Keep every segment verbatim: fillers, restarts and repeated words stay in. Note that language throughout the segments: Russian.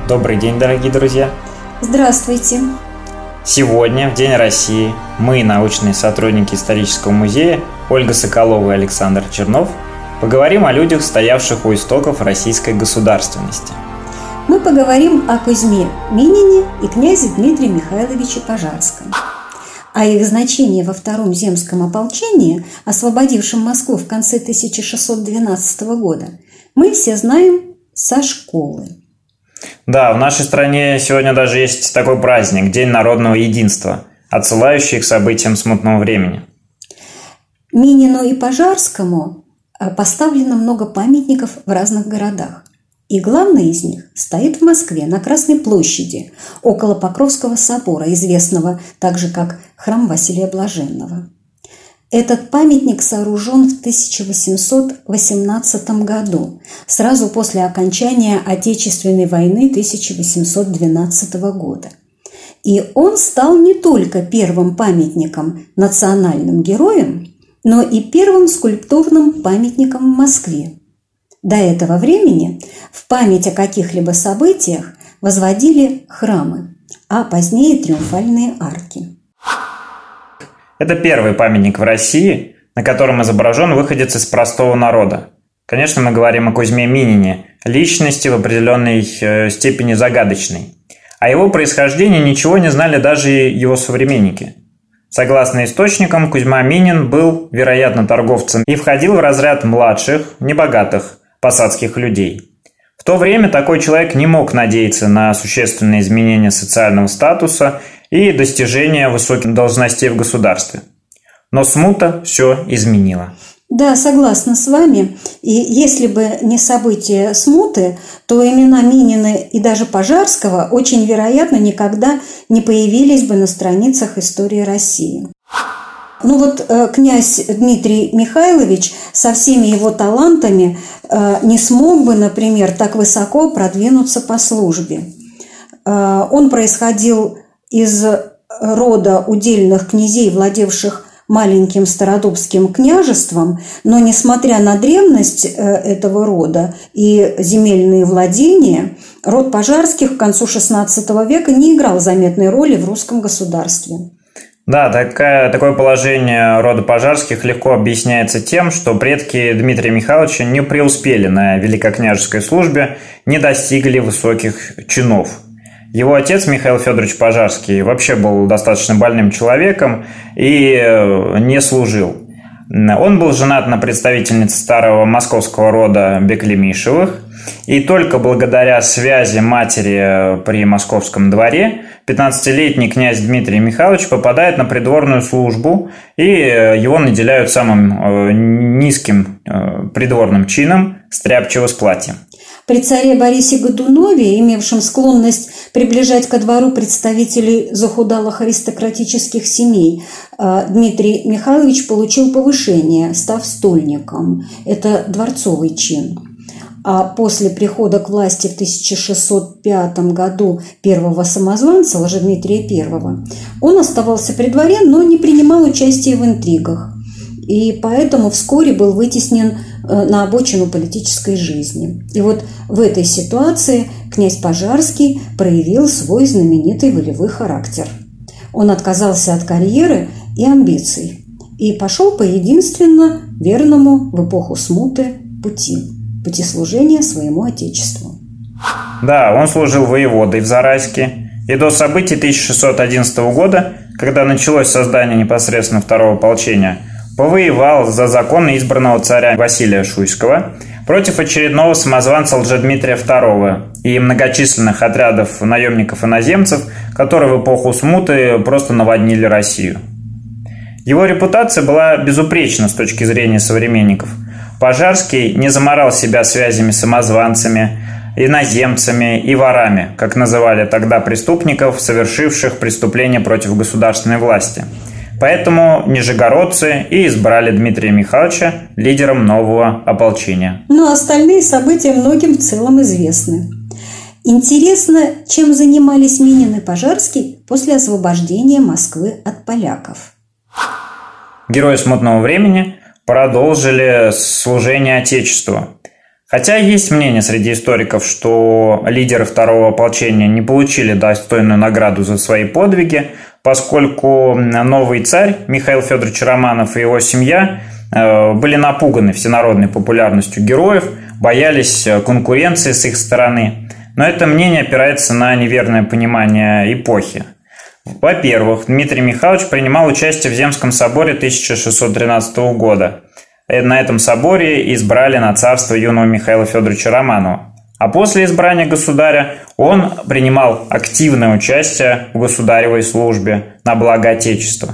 Добрый день, дорогие друзья! Здравствуйте! Сегодня, в День России, мы, научные сотрудники исторического музея Ольга Соколова и Александр Чернов, поговорим о людях, стоявших у истоков российской государственности. Мы поговорим о Кузьме Минине и князе Дмитрии Михайловиче Пожарском. О их значении во Втором земском ополчении, освободившем Москву в конце тысяча шестьсот двенадцатого года, мы все знаем со школы. Да, в нашей стране сегодня даже есть такой праздник – День народного единства, отсылающий к событиям смутного времени. Минину и Пожарскому поставлено много памятников в разных городах. И главный из них стоит в Москве на Красной площади, около Покровского собора, известного также как Храм Василия Блаженного. Этот памятник сооружен в тысяча восемьсот восемнадцатом году, сразу после окончания Отечественной войны тысяча восемьсот двенадцатого года. И он стал не только первым памятником национальным героям, но и первым скульптурным памятником в Москве. До этого времени в память о каких-либо событиях возводили храмы, а позднее триумфальные арки. Это первый памятник в России, на котором изображен выходец из простого народа. Конечно, мы говорим о Кузьме Минине, личности в определенной степени загадочной. О его происхождении ничего не знали даже его современники. Согласно источникам, Кузьма Минин был, вероятно, торговцем и входил в разряд младших, небогатых посадских людей. В то время такой человек не мог надеяться на существенные изменения социального статуса и достижение высоких должностей в государстве. Но смута все изменила. Да, согласна с вами. И если бы не события смуты, то имена Минина и даже Пожарского очень вероятно никогда не появились бы на страницах истории России. Ну вот э, князь Дмитрий Михайлович со всеми его талантами э, не смог бы, например, так высоко продвинуться по службе. Э, он происходил из рода удельных князей, владевших маленьким Стародубским княжеством, но, несмотря на древность этого рода и земельные владения, род Пожарских к концу шестнадцатого века не играл заметной роли в русском государстве. Да, такая, такое положение рода Пожарских легко объясняется тем, что предки Дмитрия Михайловича не преуспели на великокняжеской службе, не достигли высоких чинов. Его отец Михаил Федорович Пожарский вообще был достаточно больным человеком и не служил. Он был женат на представительнице старого московского рода Беклемишевых, и только благодаря связи матери при московском дворе пятнадцатилетний князь Дмитрий Михайлович попадает на придворную службу, и его наделяют самым низким придворным чином стряпчего с платьем. При царе Борисе Годунове, имевшем склонность приближать ко двору представителей захудалых аристократических семей, Дмитрий Михайлович получил повышение, став стольником. Это дворцовый чин. А после прихода к власти в тысяча шестьсот пятом году первого самозванца, Лжедмитрия Первого, он оставался при дворе, но не принимал участия в интригах. И поэтому вскоре был вытеснен на обочину политической жизни. И вот в этой ситуации князь Пожарский проявил свой знаменитый волевой характер. Он отказался от карьеры и амбиций и пошел по единственно верному в эпоху смуты пути – пути служения своему отечеству. Да, он служил воеводой в Зарайске, и до событий тысяча шестьсот одиннадцатого года, когда началось создание непосредственно второго ополчения, повоевал за законно избранного царя Василия Шуйского против очередного самозванца Лжедмитрия Второго и многочисленных отрядов наемников-иноземцев, которые в эпоху смуты просто наводнили Россию. Его репутация была безупречна с точки зрения современников. Пожарский не заморал себя связями с самозванцами, иноземцами и ворами, как называли тогда преступников, совершивших преступления против государственной власти. Поэтому нижегородцы и избрали Дмитрия Михайловича лидером нового ополчения. Но остальные события многим в целом известны. Интересно, чем занимались Минин и Пожарский после освобождения Москвы от поляков. Герои смутного времени продолжили служение Отечеству. Хотя есть мнение среди историков, что лидеры второго ополчения не получили достойную награду за свои подвиги, поскольку новый царь Михаил Федорович Романов и его семья были напуганы всенародной популярностью героев, боялись конкуренции с их стороны. Но это мнение опирается на неверное понимание эпохи. Во-первых, Дмитрий Михайлович принимал участие в Земском соборе тысяча шестьсот тринадцатого года. На этом соборе избрали на царство юного Михаила Федоровича Романова. А после избрания государя он принимал активное участие в государевой службе на благо Отечества.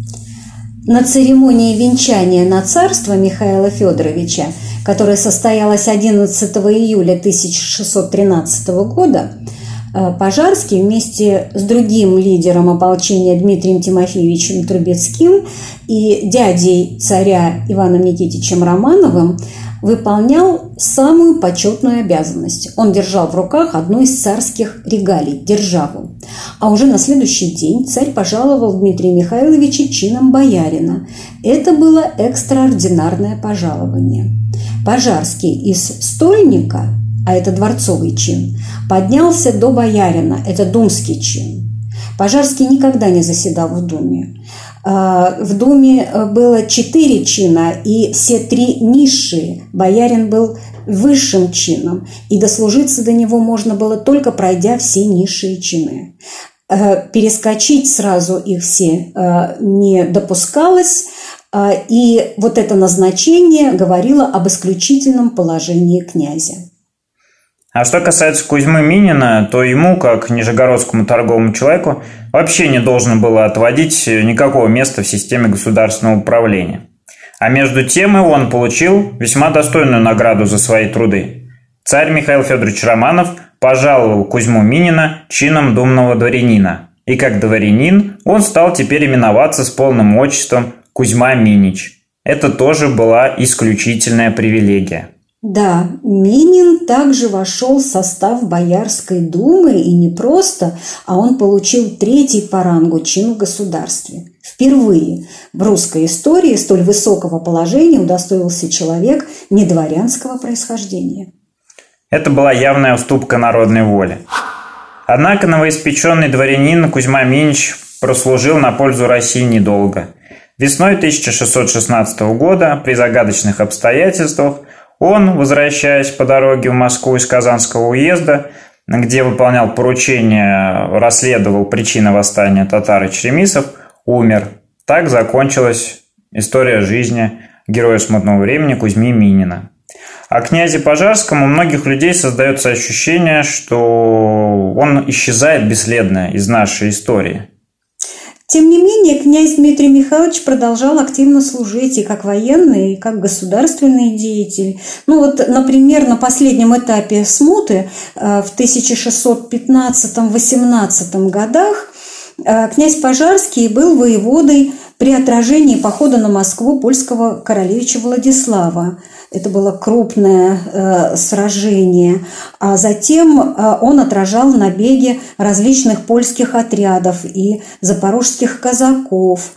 На церемонии венчания на царство Михаила Федоровича, которая состоялась одиннадцатого июля тысяча шестьсот тринадцатого года, Пожарский вместе с другим лидером ополчения Дмитрием Тимофеевичем Трубецким и дядей царя Иваном Никитичем Романовым выполнял самую почетную обязанность. Он держал в руках одну из царских регалий – державу. А уже на следующий день царь пожаловал Дмитрия Михайловича чином боярина. Это было экстраординарное пожалование. Пожарский из стольника, а это дворцовый чин, поднялся до боярина, это думский чин. Пожарский никогда не заседал в думе. В думе было четыре чина, и все три низшие. Боярин был высшим чином, и дослужиться до него можно было только пройдя все низшие чины. Перескочить сразу их все не допускалось, и вот это назначение говорило об исключительном положении князя. А что касается Кузьмы Минина, то ему, как нижегородскому торговому человеку, вообще не должно было отводить никакого места в системе государственного управления. А между тем и он получил весьма достойную награду за свои труды. Царь Михаил Федорович Романов пожаловал Кузьму Минина чином думного дворянина. И как дворянин он стал теперь именоваться с полным отчеством Кузьма Минич. Это тоже была исключительная привилегия. Да, Минин также вошел в состав Боярской думы, и не просто, а он получил третий по рангу чин в государстве. Впервые в русской истории столь высокого положения удостоился человек недворянского происхождения. Это была явная уступка народной воле. Однако новоиспеченный дворянин Кузьма Минич прослужил на пользу России недолго. Весной тысяча шестьсот шестнадцатого года при загадочных обстоятельствах он, возвращаясь по дороге в Москву из Казанского уезда, где выполнял поручения, расследовал причины восстания татар и черемисов, умер. Так закончилась история жизни героя смутного времени Кузьмы Минина. О князе Пожарском у многих людей создается ощущение, что он исчезает бесследно из нашей истории. Тем не менее, князь Дмитрий Михайлович продолжал активно служить и как военный, и как государственный деятель. Ну вот, например, на последнем этапе смуты в тысяча шестьсот пятнадцатом — восемнадцатом годах князь Пожарский был воеводой при отражении похода на Москву польского королевича Владислава. Это было крупное э, сражение. А затем э, он отражал набеги различных польских отрядов и запорожских казаков.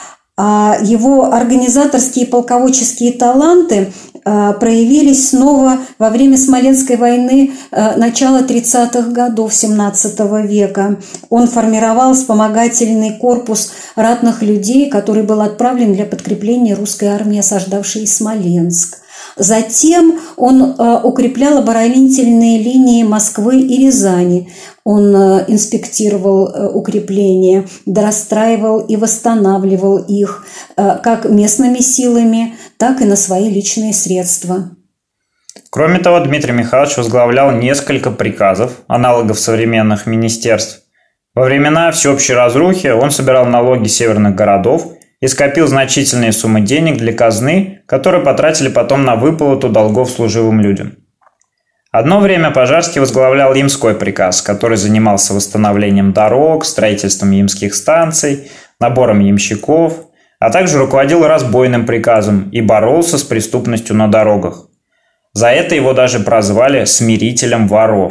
А его организаторские и полководческие таланты э, проявились снова во время Смоленской войны э, начала тридцатых годов семнадцатого века. Он формировал вспомогательный корпус ратных людей, который был отправлен для подкрепления русской армии, осаждавшей Смоленск. Затем он э, укреплял оборонительные линии Москвы и Рязани. Он э, инспектировал э, укрепления, достраивал и восстанавливал их э, как местными силами, так и на свои личные средства. Кроме того, Дмитрий Михайлович возглавлял несколько приказов, аналогов современных министерств. Во времена всеобщей разрухи он собирал налоги северных городов и скопил значительные суммы денег для казны, которые потратили потом на выплату долгов служивым людям. Одно время Пожарский возглавлял Ямской приказ, который занимался восстановлением дорог, строительством ямских станций, набором ямщиков, а также руководил разбойным приказом и боролся с преступностью на дорогах. За это его даже прозвали «смирителем воров».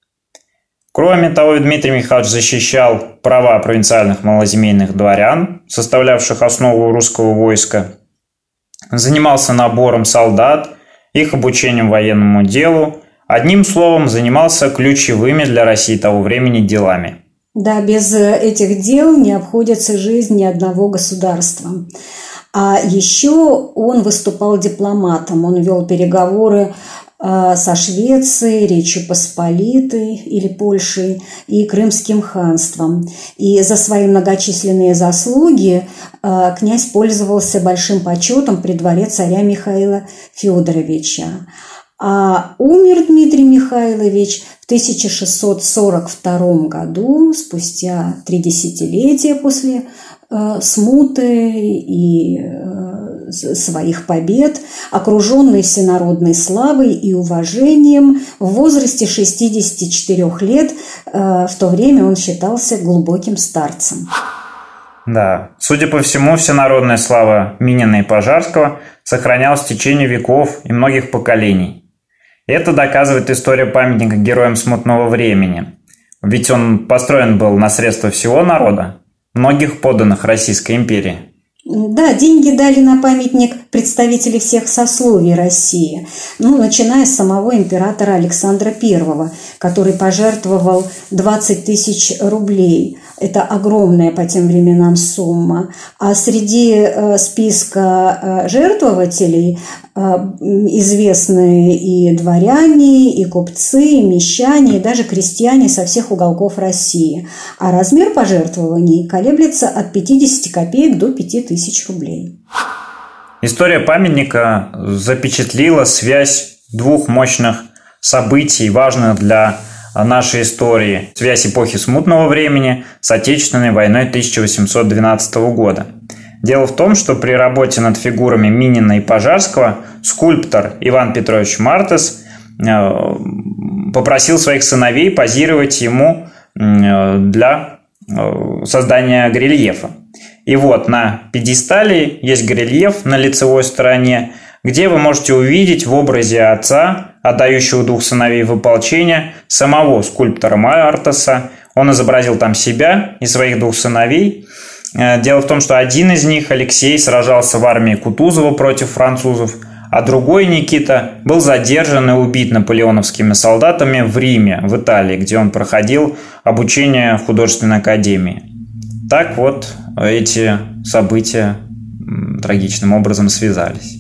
Кроме того, Дмитрий Михайлович защищал права провинциальных малоземейных дворян, составлявших основу русского войска, занимался набором солдат их обучением военному делу. Одним словом, занимался ключевыми для России того времени делами. Да, без этих дел не обходится жизнь ни одного государства. А еще он выступал дипломатом, он вел переговоры со Швецией, Речью Посполитой или Польшей и Крымским ханством. И за свои многочисленные заслуги князь пользовался большим почетом при дворе царя Михаила Федоровича. А умер Дмитрий Михайлович в тысяча шестьсот сорок втором году, спустя три десятилетия после э, смуты и э, своих побед, окруженный всенародной славой и уважением, в возрасте шестидесяти четырёх лет. Э, в то время он считался глубоким старцем. Да, судя по всему, всенародная слава Минина и Пожарского сохранялась в течение веков и многих поколений. Это доказывает история памятника героям смутного времени. Ведь он построен был на средства всего народа, многих подданных Российской империи. Да, деньги дали на памятник представители всех сословий России, ну, начиная с самого императора Александра Первого, который пожертвовал двадцать тысяч рублей. Это огромная по тем временам сумма. А среди э, списка э, жертвователей э, известны и дворяне, и купцы, и мещане, и даже крестьяне со всех уголков России. А размер пожертвований колеблется от пятидесяти копеек до пяти тысяч рублей. История памятника запечатлила связь двух мощных событий, важных для нашей истории. Связь эпохи смутного времени с Отечественной войной тысяча восемьсот двенадцатого года. Дело в том, что при работе над фигурами Минина и Пожарского скульптор Иван Петрович Мартес попросил своих сыновей позировать ему для создания горельефа. И вот на пьедестале есть горельеф на лицевой стороне, где вы можете увидеть в образе отца, отдающего двух сыновей в ополчение, самого скульптора Мартеса. Он изобразил там себя и своих двух сыновей. Дело в том, что один из них, Алексей, сражался в армии Кутузова против французов, а другой, Никита, был задержан и убит наполеоновскими солдатами в Риме, в Италии, где он проходил обучение в художественной академии. Так вот, эти события трагичным образом связались.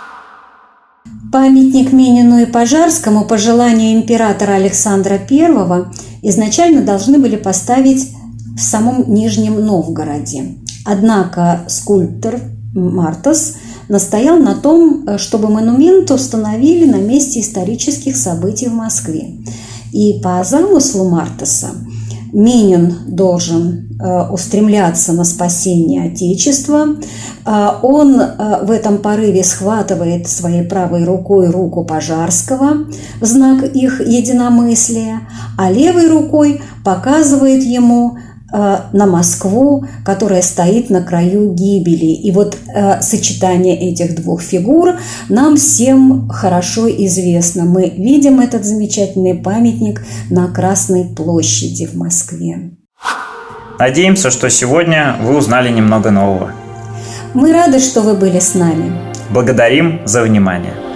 Памятник Минину и Пожарскому по желанию императора Александра Первого изначально должны были поставить в самом Нижнем Новгороде. Однако скульптор Мартес настоял на том, чтобы монумент установили на месте исторических событий в Москве. И по замыслу Мартеса Минин должен устремляться на спасение Отечества. Он в этом порыве схватывает своей правой рукой руку Пожарского в знак их единомыслия, а левой рукой показывает ему на Москву, которая стоит на краю гибели. И вот э, сочетание этих двух фигур нам всем хорошо известно. Мы видим этот замечательный памятник на Красной площади в Москве. Надеемся, что сегодня вы узнали немного нового. Мы рады, что вы были с нами. Благодарим за внимание.